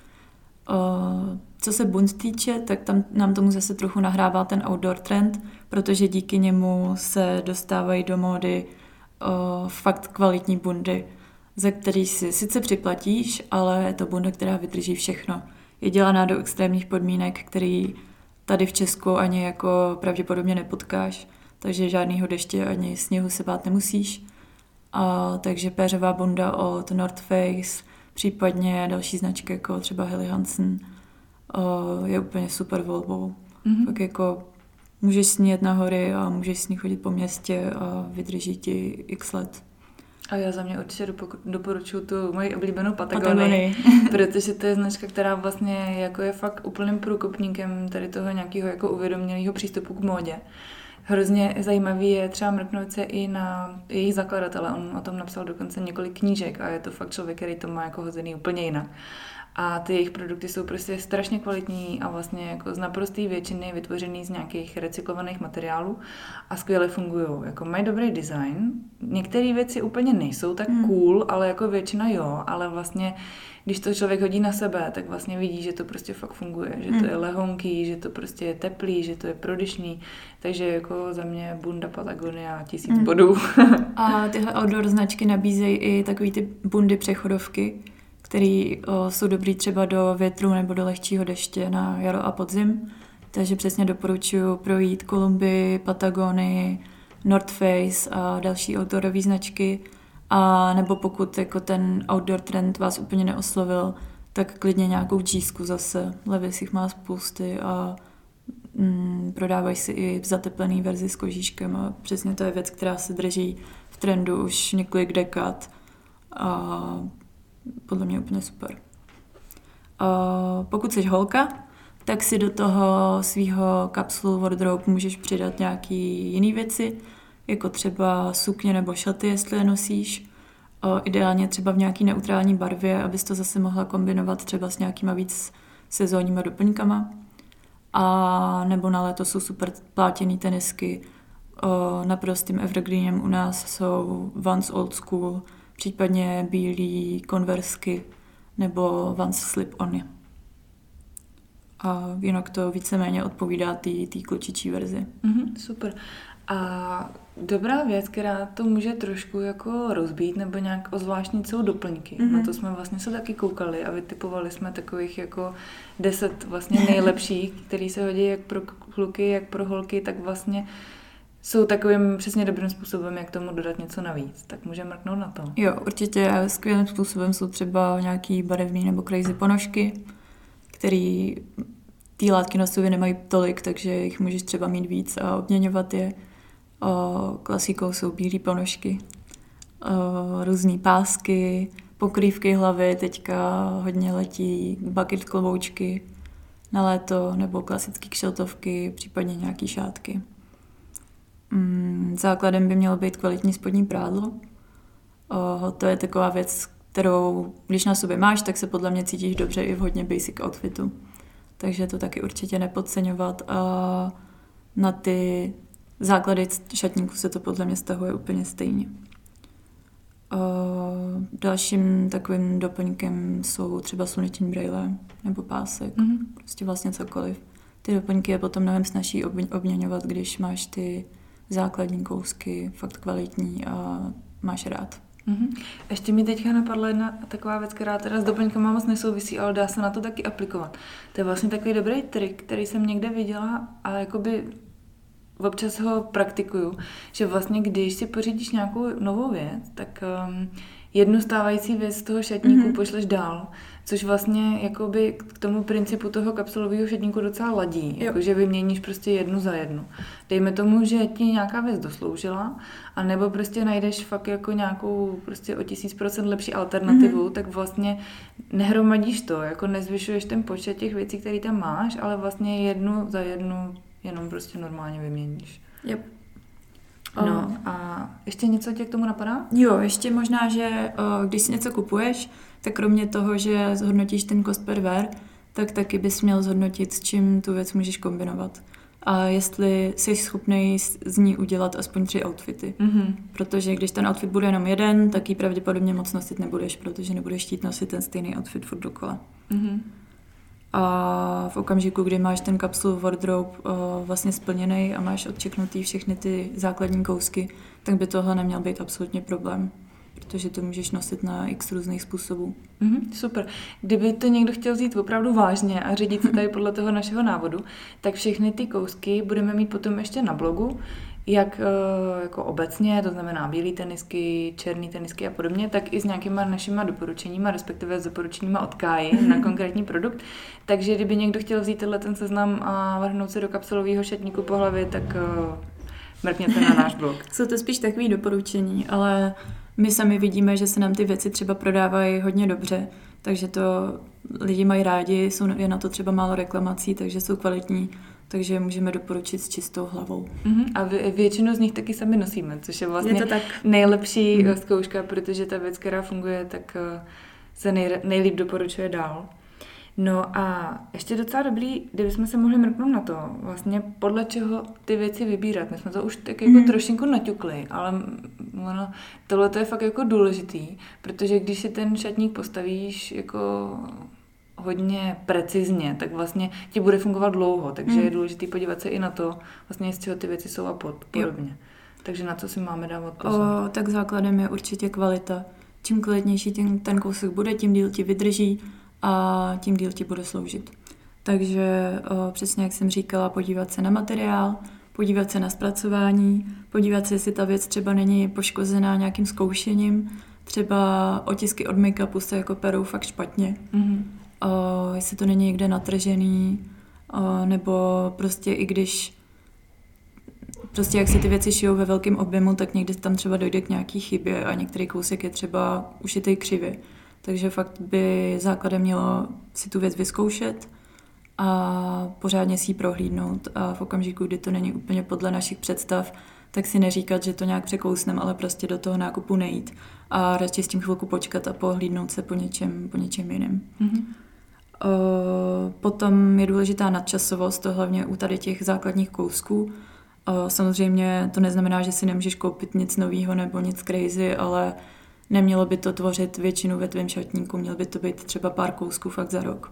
Uh, co se Bund týče, tak tam nám tomu zase trochu nahrává ten outdoor trend, protože díky němu se dostávají do módy uh, fakt kvalitní bundy, za který si sice připlatíš, ale je to bunda, která vydrží všechno. Je dělaná do extrémních podmínek, který tady v Česku ani jako pravděpodobně nepotkáš, takže žádnýho deště ani sněhu se bát nemusíš. A, takže péřová bunda od North Face, případně další značky jako třeba Helly Hansen, a, je úplně super volbou. Mm-hmm. Tak jako můžeš s ní jet na hory a můžeš s ní chodit po městě a vydrží ti x let. A já za mě určitě doporučuji tu moji oblíbenou Patagonii, protože to je značka, která vlastně jako je fakt úplným průkopníkem tady toho nějakého jako uvědomělého přístupu k módě. Hrozně zajímavý je třeba mrknout se i na jejich zakladatele. On o tom napsal dokonce několik knížek a je to fakt člověk, který to má jako hozený úplně jinak. A ty jejich produkty jsou prostě strašně kvalitní a vlastně jako z naprosté většiny vytvořený z nějakých recyklovaných materiálů a skvěle fungují. Jako mají dobrý design. Některé věci úplně nejsou tak hmm. cool, ale jako většina jo, ale vlastně když to člověk hodí na sebe, tak vlastně vidí, že to prostě fakt funguje, že hmm. to je lehonký, že to prostě je teplý, že to je prodyšný. Takže jako za mě bunda Patagonia tisíc hmm. bodů. A tyhle outdoor značky nabízejí i takový ty bundy přechodovky, které jsou dobrý třeba do větru nebo do lehčího deště na jaro a podzim. Takže přesně doporučuji projít Kolumbii, Patagonii, North Face a další outdoorové značky. A nebo pokud jako ten outdoor trend vás úplně neoslovil, tak klidně nějakou džísku zase. Levi's jich má spousty a mm, prodávají si i zateplený verzi s kožíškem a přesně to je věc, která se drží v trendu už několik dekád a podle mě úplně super. Uh, pokud jsi holka, tak si do toho svýho kapsulu wardrobe můžeš přidat nějaký jiný věci, jako třeba sukně nebo šaty, jestli je nosíš. Uh, ideálně třeba v nějaký neutrální barvě, abys to zase mohla kombinovat třeba s nějakýma víc sezónníma doplňkama. A nebo na léto jsou super plátěný tenisky. Uh, naprostým evergreenem u nás jsou Vans Old School, případně bílý konversky nebo Vans Slip-ony. A jinak to víceméně odpovídá té klučičí verzi. Mm-hmm, super. A dobrá věc, která to může trošku jako rozbít nebo nějak ozvláštnit, jsou doplňky. Mm-hmm. Na to jsme vlastně se taky koukali a vytipovali jsme takových jako deset vlastně nejlepších, který se hodí jak pro kluky, jak pro holky, tak vlastně jsou takovým přesně dobrým způsobem, jak tomu dodat něco navíc. Tak můžeme mrknout na to. Jo, určitě skvělým způsobem jsou třeba nějaký barevný nebo crazy ponožky, který ty látky na sobě nemají tolik, takže jich můžeš třeba mít víc a obměňovat je. O, klasikou jsou bílé ponožky, o, různý pásky, pokrývky hlavy, teďka hodně letí bucket kloboučky na léto nebo klasické kšeltovky, případně nějaký šátky. Základem by mělo být kvalitní spodní prádlo. O, to je taková věc, kterou když na sobě máš, tak se podle mě cítíš dobře i v hodně basic outfitu. Takže to taky určitě nepodceňovat. A na ty základy šatníku se to podle mě stahuje úplně stejně. O, dalším takovým doplňkem jsou třeba sluneční brejle nebo pásek. Mm-hmm. Prostě vlastně cokoliv. Ty doplňky je potom mnohem snazší obměňovat, když máš ty základní kousky, fakt kvalitní a máš rád. Mm-hmm. Ještě mi teďka napadla jedna taková věc, která teda s doplňkama moc nesouvisí, ale dá se na to taky aplikovat. To je vlastně takový dobrý trik, který jsem někde viděla a jakoby občas ho praktikuju, že vlastně když si pořídíš nějakou novou věc, tak um, jednu stávající věc z toho šatníku Mhm. pošleš dál, což vlastně jakoby k tomu principu toho kapsulového šatníku docela ladí, Jo. jakože vyměníš prostě jednu za jednu. Dejme tomu, že ti nějaká věc dosloužila, a nebo prostě najdeš fakt jako nějakou prostě o tisíc procent lepší alternativu, Mhm. tak vlastně nehromadíš to, jako nezvyšuješ ten počet těch věcí, které tam máš, ale vlastně jednu za jednu jenom prostě normálně vyměníš. Yep. No a ještě něco tě k tomu napadá? Jo, ještě možná, že o, když si něco kupuješ, tak kromě toho, že zhodnotíš ten cost per wear, tak taky bys měl zhodnotit, s čím tu věc můžeš kombinovat. A jestli jsi schopný z z ní udělat aspoň tři outfity. Mhm. Protože když ten outfit bude jenom jeden, tak ji pravděpodobně moc nosit nebudeš, protože nebudeš chtít nosit ten stejný outfit furt dokola. Mhm. A v okamžiku, kdy máš ten kapsul wardrobe o, vlastně splněný a máš odčeknutý všechny ty základní kousky, tak by tohle neměl být absolutně problém, protože to můžeš nosit na x různých způsobů. Mhm, super. Kdyby to někdo chtěl vzít opravdu vážně a řídit se tady podle toho našeho návodu, tak všechny ty kousky budeme mít potom ještě na blogu, jak eh, jako obecně, to znamená bílé tenisky, černé tenisky a podobně, tak i s nějakýma našima doporučeníma, respektive s doporučeníma od Káji na konkrétní produkt. Takže kdyby někdo chtěl vzít tenhle ten seznam a vrhnout se do kapsulového šatníku po hlavě, tak eh, mrkněte na náš blog. Jsou to spíš takové doporučení, ale my sami vidíme, že se nám ty věci třeba prodávají hodně dobře, takže to lidi mají rádi, jsou, je na to třeba málo reklamací, takže jsou kvalitní, takže můžeme doporučit s čistou hlavou. Mhm. A vě- většinu z nich taky sami nosíme, což je vlastně Je to tak. nejlepší Mhm. mm. zkouška, protože ta věc, která funguje, tak eh, se nej, nejlíp doporučuje dál. No a ještě docela dobrý, kdybychom se mohli mrknout na to, vlastně podle čeho ty věci vybírat. My jsme to už tak jako Mhm. trošinku naťukli, ale ono, tohle to je fakt jako důležitý, protože když si ten šatník postavíš jako hodně precizně, tak vlastně ti bude fungovat dlouho, takže Mhm. je důležité podívat se i na to, vlastně z čeho ty věci jsou a pod, podobně. Takže na co si máme dávat pozor. O, tak základem je určitě kvalita. Čím kvalitnější ten, ten kousek bude, tím díl ti vydrží a tím díl ti bude sloužit. Takže o, přesně jak jsem říkala, podívat se na materiál, podívat se na zpracování, podívat se, jestli ta věc třeba není poškozená nějakým zkoušením, třeba otisky od make-upu se jako perou fakt špatně, Mhm. o, jestli to není někde natržený, o, nebo prostě i když prostě jak se ty věci šijou ve velkém objemu, tak někdy tam třeba dojde k nějaký chybě a některý kousek je třeba ušitej křivě. Takže fakt by základem mělo si tu věc vyzkoušet a pořádně si ji prohlídnout a v okamžiku, kdy to není úplně podle našich představ, tak si neříkat, že to nějak překousnem, ale prostě do toho nákupu nejít a radši s tím chvilku počkat a pohlídnout se po něčem, po něčem jiném. Mhm. O, Potom je důležitá nadčasovost, to hlavně u tady těch základních kousků. O, Samozřejmě to neznamená, že si nemůžeš koupit nic nového nebo nic crazy, ale nemělo by to tvořit většinu ve tvém šatníku, mělo by to být třeba pár kousků fakt za rok.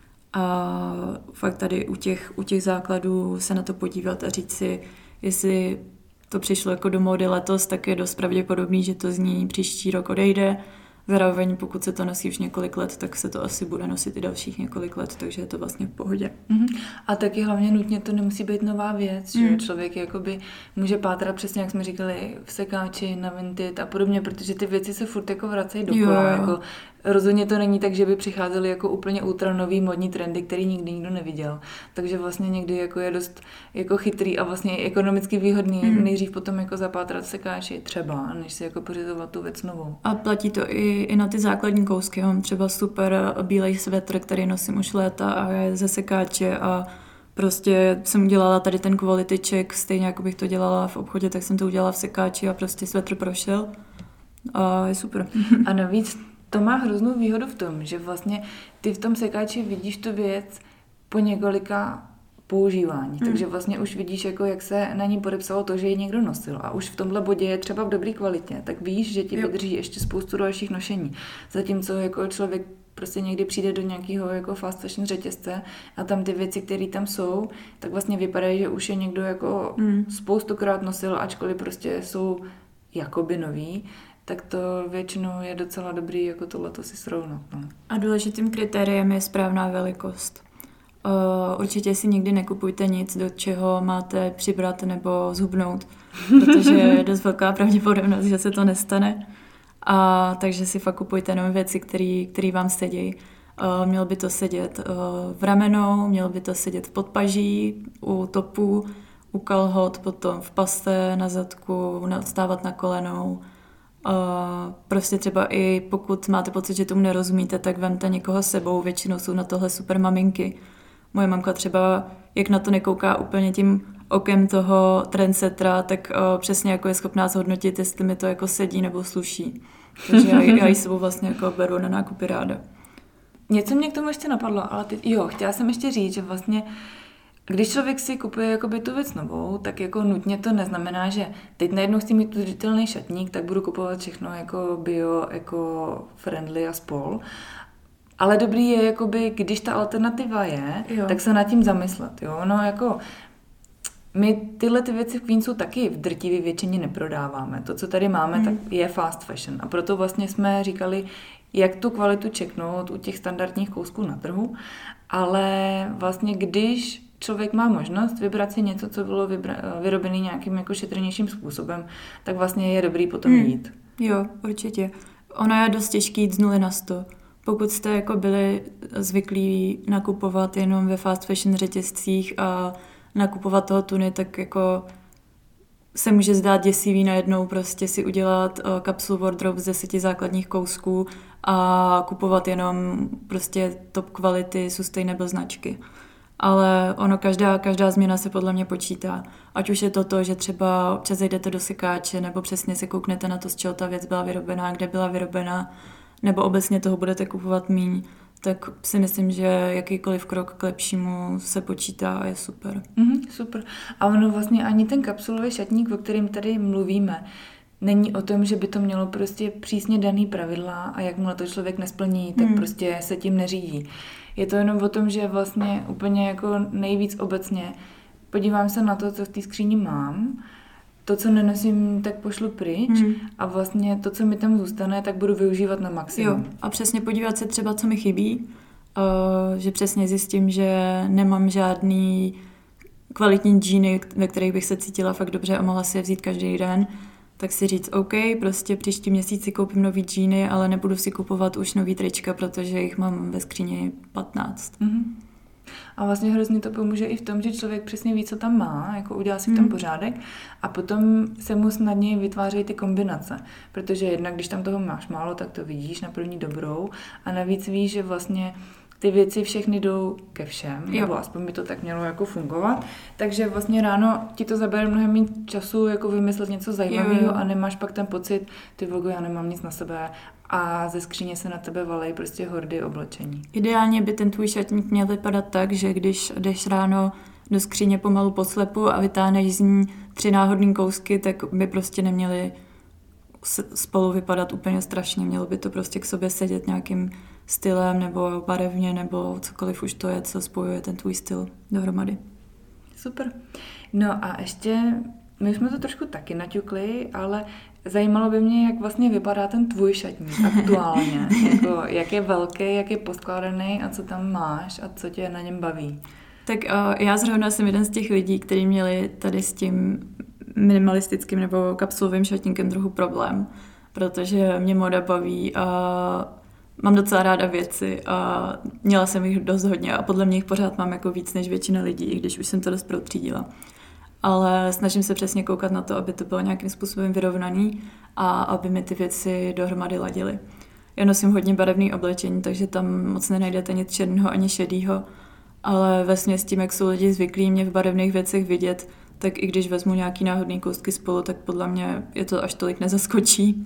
A fakt tady u těch, u těch základů se na to podívat a říct si, jestli to přišlo jako do módy letos, tak je dost pravděpodobný, že to z ní příští rok odejde. Zároveň pokud se to nosí už několik let, tak se to asi bude nosit i dalších několik let, takže je to vlastně v pohodě. Mhm. A taky hlavně nutně to nemusí být nová věc, že Mm. člověk jakoby může pátrat přesně, jak jsme říkali, v sekáči, na Vinted a podobně, protože ty věci se furt jako vracejí dokola. Jo, jo. Jako, rozhodně to není tak, že by přicházely jako úplně ultra nový modní trendy, který nikdy nikdo neviděl. Takže vlastně někdy jako je dost jako chytrý a vlastně ekonomicky výhodný Mm. nejdřív potom jako zapátrat v sekáči třeba, než si jako pořizovat tu věc novou. A platí to i, i na ty základní kousky. Mám třeba super bílej svetr, který nosím už léta a je ze sekáče a prostě jsem udělala tady ten quality check, stejně jako bych to dělala v obchodě, tak jsem to udělala v sekáči a prostě svetr prošel a je super. A navíc to má hroznou výhodu v tom, že vlastně ty v tom sekáči vidíš tu věc po několika používání. Mm. Takže vlastně už vidíš, jako jak se na ní podepsalo to, že ji někdo nosil. A už v tomhle bodě je třeba v dobré kvalitě, tak víš, že ti Jo. vydrží ještě spoustu dalších nošení. Zatímco jako člověk prostě někdy přijde do nějakého jako fast fashion řetězce a tam ty věci, které tam jsou, tak vlastně vypadají, že už je někdo jako Mm. spoustukrát nosil, ačkoliv prostě jsou jakoby nový, tak to většinou je docela dobrý jako tohleto si srovnat. No. A důležitým kritériem je správná velikost. Uh, určitě si nikdy nekupujte nic, do čeho máte přibrat nebo zhubnout, protože je dost velká pravděpodobnost, že se to nestane. A takže si fakt kupujte jenom věci, které vám sedí. Uh, mělo by to sedět uh, v ramenou, mělo by to sedět v podpaží, u topu, u kalhot, potom v pase, na zadku, stávat na kolenou. Uh, prostě třeba i pokud máte pocit, že tomu nerozumíte, tak vemte někoho s sebou, většinou jsou na tohle super maminky. Moje mamka třeba, jak na to nekouká úplně tím okem toho trendsettera, tak uh, přesně jako je schopná zhodnotit, jestli mi to jako sedí nebo sluší. Takže já, já ji sebou vlastně jako beru na nákupy ráda. Něco mě k tomu ještě napadlo, ale teď, jo, chtěla jsem ještě říct, že vlastně když člověk si kupuje jakoby tu věc novou, tak jako nutně to neznamená, že teď najednou chci mít udržitelný šatník, tak budu kupovat všechno jako bio, jako friendly a spol. Ale dobrý je, jakoby, když ta alternativa je, jo. tak se nad tím zamyslet. Jo? No, jako, my tyhle ty věci v Queensu taky v drtivé většině neprodáváme. To, co tady máme, hmm. tak je fast fashion. A proto vlastně jsme říkali, jak tu kvalitu čeknout u těch standardních kousků na trhu, ale vlastně když člověk má možnost vybrat si něco, co bylo vybra- vyrobené nějakým jako šetrnějším způsobem, tak vlastně je dobrý potom hmm. jít. Jo, určitě. Ono je dost těžký jít z nuly na sto. Pokud jste jako byli zvyklí nakupovat jenom ve fast fashion řetězcích a nakupovat toho tuny, tak jako se může zdát děsivý najednou prostě si udělat uh, kapsulu wardrobe z deseti základních kousků a kupovat jenom prostě top kvality sustainable značky. Ale ono, každá, každá změna se podle mě počítá. Ať už je to to, že třeba občas jdete do sekáče, nebo přesně se kouknete na to, z čeho ta věc byla vyrobená, kde byla vyrobená, nebo obecně toho budete kupovat míň, tak si myslím, že jakýkoliv krok k lepšímu se počítá a je super. Mm-hmm, super. A ono vlastně ani ten kapsulový šatník, o kterém tady mluvíme, není o tom, že by to mělo prostě přísně daný pravidla a jakmile to člověk nesplní, tak mm. prostě se tím neřídí. Je to jenom o tom, že vlastně úplně jako nejvíc obecně podívám se na to, co v té skříni mám, to, co nenosím, tak pošlu pryč hmm. a vlastně to, co mi tam zůstane, tak budu využívat na maximum. Jo, a přesně podívat se třeba, co mi chybí, uh, že přesně zjistím, že nemám žádný kvalitní džíny, ve kterých bych se cítila fakt dobře a mohla si je vzít každý den, tak si říct, OK, prostě příští měsíc si koupím nový džíny, ale nebudu si kupovat už nový trička, protože jich mám ve skříni patnáct. Mm-hmm. A vlastně hrozně to pomůže i v tom, že člověk přesně ví, co tam má, jako udělá si v tom mm. pořádek a potom se mu snadněji vytvářejí ty kombinace, protože jednak, když tam toho máš málo, tak to vidíš na první dobrou a navíc víš, že vlastně ty věci všechny jdou ke všem, jo. nebo aspoň by to tak mělo jako fungovat, takže vlastně ráno ti to zabere mnohem mít času jako vymyslet něco zajímavého a nemáš pak ten pocit, ty vogo, já nemám nic na sebe a ze skříně se na tebe valej prostě hordy oblečení. Ideálně by ten tvůj šatník měl vypadat tak, že když jdeš ráno do skříně pomalu po slepu a vytáhneš z ní tři náhodný kousky, tak by prostě neměly spolu vypadat úplně strašně. Mělo by to prostě k sobě sedět nějakým stylem nebo barevně nebo cokoliv už to je, co spojuje ten tvůj styl dohromady. Super. No a ještě, my jsme to trošku taky naťukli, ale zajímalo by mě, jak vlastně vypadá ten tvůj šatník aktuálně. Jako, jak je velký, jak je poskládaný a co tam máš a co tě na něm baví. Tak uh, já zrovna jsem jeden z těch lidí, kteří měli tady s tím minimalistickým nebo kapsulovým šatníkem trochu problém, protože mě moda baví a mám docela ráda věci a měla jsem jich dost hodně a podle mě jich pořád mám jako víc než většina lidí, i když už jsem to dost protřídila. Ale snažím se přesně koukat na to, aby to bylo nějakým způsobem vyrovnaný a aby mi ty věci dohromady ladily. Já nosím hodně barevný oblečení, takže tam moc nenajdete nic černého ani šedýho, ale vesměs tím, jak jsou lidi zvyklí mě v barevných věcech vidět, tak i když vezmu nějaký náhodný koustky spolu, tak podle mě je to až tolik nezaskočí.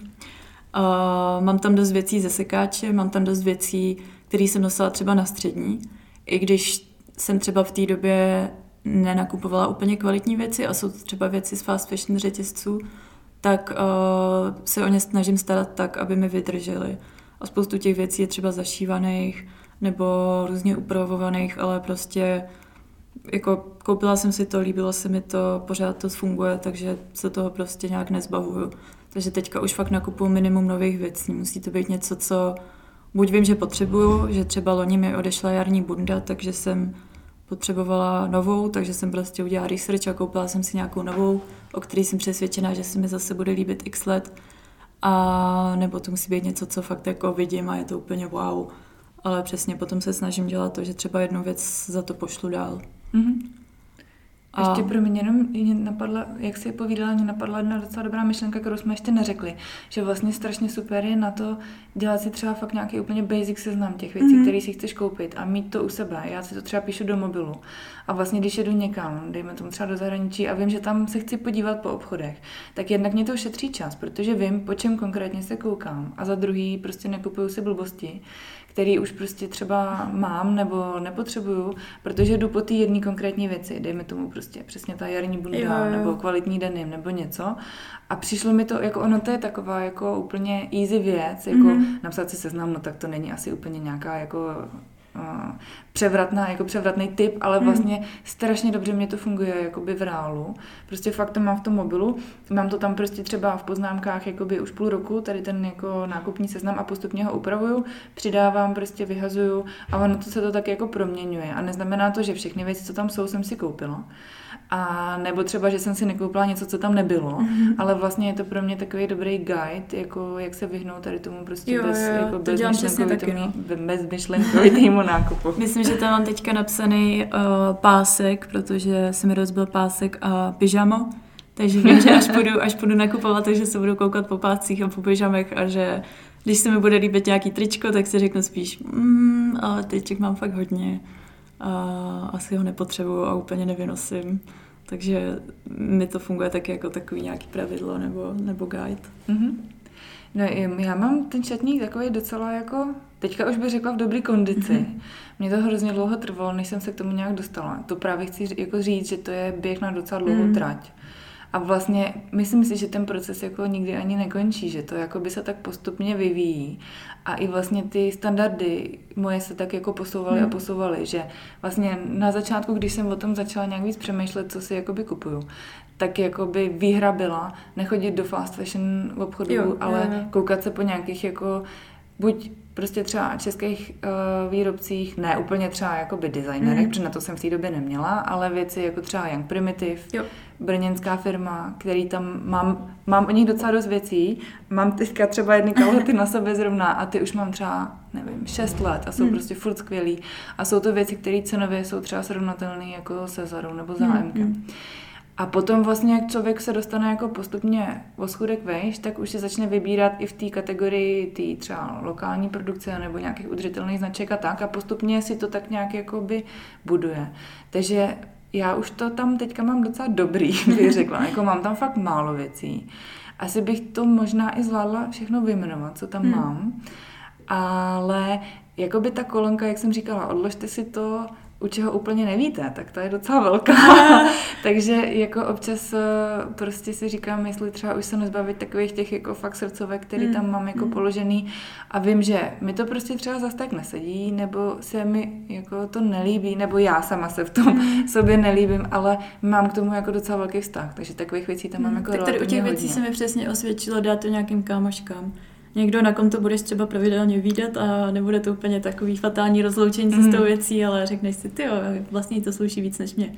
Uh, mám tam dost věcí ze sekáče, mám tam dost věcí, které jsem nosila třeba na střední. I když jsem třeba v té době nenakupovala úplně kvalitní věci a jsou to třeba věci z fast fashion řetězců, tak uh, se o ně snažím starat tak, aby mi vydržely. A spoustu těch věcí je třeba zašívaných nebo různě upravovaných, ale prostě jako koupila jsem si to, líbilo se mi to, pořád to funguje, takže se toho prostě nějak nezbavuju. Takže teďka už fakt nakupuju minimum nových věcí. Musí to být něco, co buď vím, že potřebuju, že třeba loni mi odešla jarní bunda, takže jsem potřebovala novou, takže jsem prostě udělala research a koupila jsem si nějakou novou, o které jsem přesvědčená, že se mi zase bude líbit x let. a nebo to musí být něco, co fakt jako vidím a je to úplně wow. Ale přesně potom se snažím dělat to, že třeba jednu věc za to pošlu dál. Mm-hmm. A... Ještě pro mě jenom mě napadla, jak jsi povídala, mě napadla jedna docela dobrá myšlenka, kterou jsme ještě neřekli, že vlastně strašně super je na to dělat si třeba fakt nějaký úplně basic seznam těch věcí, mm-hmm. které si chceš koupit a mít to u sebe. Já si to třeba píšu do mobilu a vlastně když jedu někam, dejme tomu třeba do zahraničí a vím, že tam se chci podívat po obchodech, tak jednak mě to šetří čas, protože vím, po čem konkrétně se koukám a za druhý prostě nekupuju si blbosti, který už prostě třeba mám nebo nepotřebuju, protože jdu po té jedné konkrétní věci, dejme tomu prostě přesně ta jarní bunda jo, jo. nebo kvalitní denim nebo něco. A přišlo mi to, jako ono to je taková jako úplně easy věc, jako mm-hmm. napsat si seznam, no tak to není asi úplně nějaká jako uh, převratná, jako převratný tip, ale vlastně mm. strašně dobře mě to funguje jakoby v reálu. Prostě fakt to mám v tom mobilu, mám to tam prostě třeba v poznámkách jakoby už půl roku, tady ten jako nákupní seznam a postupně ho upravuju, přidávám, prostě vyhazuju a ono to se to tak jako proměňuje a neznamená to, že všechny věci, co tam jsou, jsem si koupila. A nebo třeba, že jsem si nekoupila něco, co tam nebylo, mm-hmm. ale vlastně je to pro mě takový dobrý guide, jako jak se vyhnout tady tomu prostě jo, bez, jo, jako bez myšlenkovitému nákupu. Myslím, že tam mám teďka napsaný uh, pásek, protože se mi rozbil pásek a pyžamo, takže vím, že až půjdu, až půjdu nakupovat, takže se budu koukat po páscích a po pyžamech a že když se mi bude líbit nějaký tričko, tak si řeknu spíš, mm, ale triček mám fakt hodně. A asi ho nepotřebuju a úplně nevynosím. Takže mi to funguje taky jako takový nějaký pravidlo nebo, nebo guide. Mm-hmm. No já mám ten šatník takový docela jako, teďka už bych řekla v dobrý kondici. Mm-hmm. Mně to hrozně dlouho trvalo, než jsem se k tomu nějak dostala. To právě chci jako říct, že to je běh na docela dlouhou mm. trať. A vlastně myslím si, že ten proces jako nikdy ani nekončí, že to jako by se tak postupně vyvíjí. A i vlastně ty standardy moje se tak jako posouvaly hmm. a posouvaly, že vlastně na začátku, když jsem o tom začala nějak víc přemýšlet, co si jakoby kupuju, tak jakoby výhra byla nechodit do fast fashion obchodů, jo, ale jo, jo. koukat se po nějakých jako buď prostě třeba českých uh, výrobcích, ne úplně třeba jakoby designerech, mm. protože na to jsem v té době neměla, ale věci jako třeba Young Primitive, jo. brněnská firma, který tam mám, mám o nich docela dost věcí, mám teďka třeba jedny kalhoty na sobě zrovna a ty už mám třeba, nevím, šest let a jsou mm. prostě furt skvělý a jsou to věci, které cenově jsou třeba srovnatelné jako se Zarou nebo za há emkem. Mm. A potom vlastně, jak člověk se dostane jako postupně o schůdek vejš, tak už se začne vybírat i v té kategorii té třeba lokální produkce nebo nějakých udržitelných značek a tak a postupně si to tak nějak jakoby buduje. Takže já už to tam teďka mám docela dobrý, bych řekla, jako mám tam fakt málo věcí. Asi bych to možná i zvládla všechno vyjmenovat, co tam hmm. mám, ale jakoby ta kolonka, jak jsem říkala, odložte si to, u čeho úplně nevíte, tak ta je docela velká. Takže jako občas prostě si říkám, jestli třeba už se nezbavit takových těch jako fakt srdcovek, který mm. tam mám jako mm. položený a vím, že mi to prostě třeba zas tak nesedí, nebo se mi jako to nelíbí, nebo já sama se v tom mm. sobě nelíbím, ale mám k tomu jako docela velký vztah, takže takových věcí tam mám mm. jako tak relativně tady u těch hodně. věcí se mi přesně osvědčilo dát to nějakým kámoškám. Někdo, na kom to budeš třeba pravidelně vidět a nebude to úplně takový fatální rozloučení se mm. s tou věcí, ale řekneš si, tyjo, vlastně to sluší víc než mě.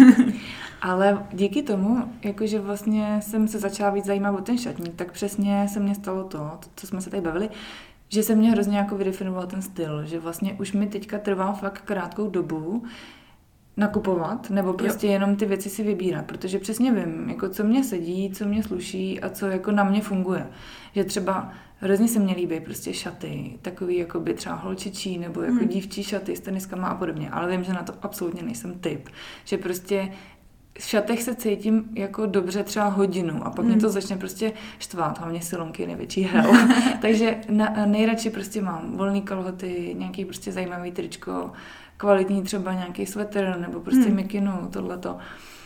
Ale díky tomu, jakože vlastně jsem se začala víc zajímat o ten šatník, tak přesně se mně stalo to, co jsme se tady bavili, že se mě hrozně jako vydefinoval ten styl, že vlastně už mi teďka trvá fakt krátkou dobu nakupovat, nebo prostě jo. jenom ty věci si vybírat, protože přesně vím, jako co mě sedí, co mě sluší a co jako na mě funguje. Že třeba hrozně se mně líbí prostě šaty, takový jako by třeba holčičí nebo jako hmm. dívčí šaty s teniskama a podobně, ale vím, že na to absolutně nejsem typ. Že prostě v šatech se cítím jako dobře třeba hodinu a pak hmm. mě to začne prostě štvát, hlavně silonky největší hell. Takže na, nejradši prostě mám volný kalhoty, nějaký prostě zajímavý tričko, kvalitní třeba nějaký sweater nebo prostě hmm. mikinu, tohleto.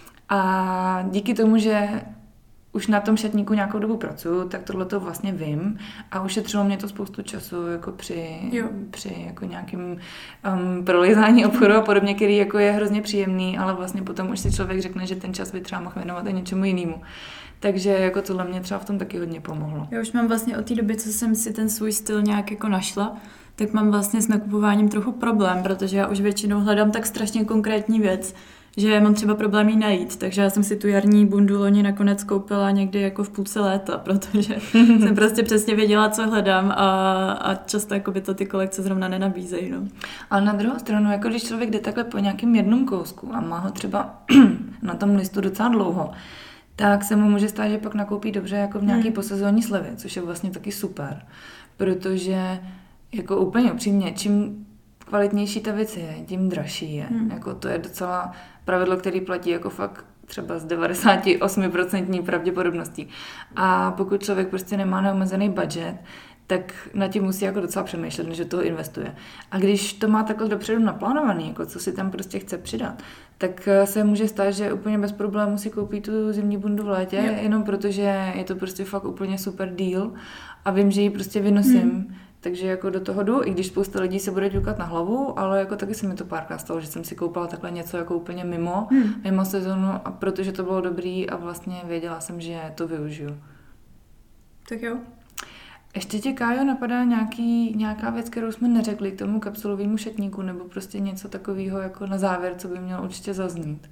A díky tomu, že už na tom šatníku nějakou dobu pracuju, tak tohleto vlastně vím a ušetřilo mě to spoustu času jako při, při jako nějakým um, prolizání obchodu a podobně, který jako je hrozně příjemný, ale vlastně potom už si člověk řekne, že ten čas by třeba mohl věnovat i něčemu jinému. Takže jako tohle mě třeba v tom taky hodně pomohlo. Já už mám vlastně od té doby, co jsem si ten svůj styl nějak jako našla, tak mám vlastně s nakupováním trochu problém, protože já už většinou hledám tak strašně konkrétní věc, že mám třeba problém jí najít, takže já jsem si tu jarní bundu loni nakonec koupila někdy jako v půlce léta, protože jsem prostě přesně věděla, co hledám a, a často jako by to ty kolekce zrovna nenabízejí. No. Ale na druhou stranu, jako když člověk jde takhle po nějakém jednom kousku a má ho třeba na tom listu docela dlouho, tak se mu může stát, že pak nakoupí dobře jako v nějaký hmm. posezónní slevě, což je vlastně taky super, protože jako úplně upřímně, čím kvalitnější ta věc je, tím dražší je. Hmm. Jako to je docela pravidlo, který platí jako fakt třeba z devadesát osm procent pravděpodobností. A pokud člověk prostě nemá neomezený budget, tak na tím musí jako docela přemýšlet, než do toho investuje. A když to má takhle dopředu naplánovaný, jako co si tam prostě chce přidat, tak se může stát, že úplně bez problémů si koupí tu zimní bundu v létě, yep. jenom protože je to prostě fakt úplně super deal a vím, že ji prostě vynosím. Hmm. Takže jako do toho jdu, i když spousta lidí se bude ťukat na hlavu, ale jako taky se mi to párkrát stalo, že jsem si koupila takhle něco jako úplně mimo, hmm. mimo sezonu, a protože to bylo dobrý a vlastně věděla jsem, že to využiju. Tak jo. Ještě tě, Kájo, napadá nějaký, nějaká věc, kterou jsme neřekli k tomu kapsulovému šatníku, nebo prostě něco takového jako na závěr, co by mělo určitě zaznít?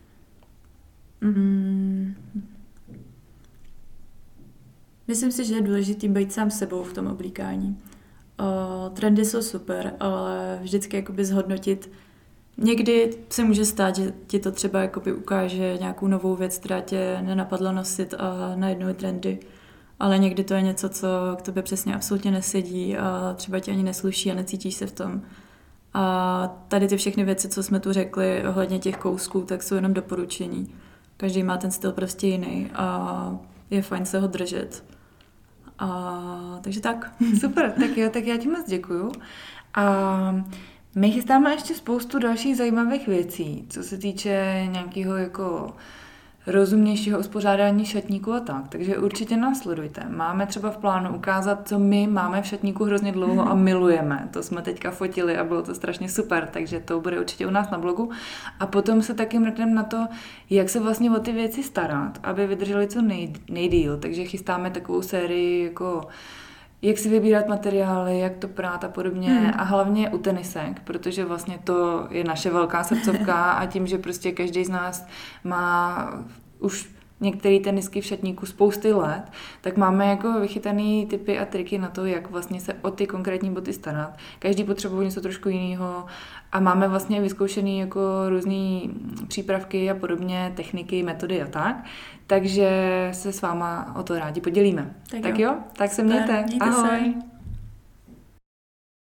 Mm. Myslím si, že je důležité být sám sebou v tom oblíkání. Uh, trendy jsou super, ale vždycky jakoby zhodnotit. Někdy se může stát, že ti to třeba jakoby ukáže nějakou novou věc, která tě nenapadla nosit a najednou je trendy. Ale někdy to je něco, co k tobě přesně absolutně nesedí a třeba ti ani nesluší a necítíš se v tom. A tady ty všechny věci, co jsme tu řekli ohledně těch kousků, tak jsou jenom doporučení. Každý má ten styl prostě jiný a je fajn se ho držet. A, takže tak. Super, tak jo, tak já ti moc děkuju. A my chystáme ještě spoustu dalších zajímavých věcí, co se týče nějakého jako rozumnějšího uspořádání šatníku a tak, takže určitě nás sledujte. Máme třeba v plánu ukázat, co my máme v šatníku hrozně dlouho a milujeme. To jsme teďka fotili a bylo to strašně super, takže to bude určitě u nás na blogu. A potom se taky mrkneme na to, jak se vlastně o ty věci starat, aby vydržely co nej, nejdýl. Takže chystáme takovou sérii jako jak si vybírat materiály, jak to prát a podobně hmm. a hlavně u tenisek, protože vlastně to je naše velká srdcovka a tím, že prostě každý z nás má už některé tenisky v šatníku spousty let, tak máme jako vychytaný tipy a triky na to, jak vlastně se o ty konkrétní boty starat. Každý potřebuje něco trošku jiného a máme vlastně vyzkoušený jako různý přípravky a podobně, techniky, metody a tak. Takže se s váma o to rádi podělíme. Tak, tak jo, jo tak se mějte. Mějte Ahoj. Se.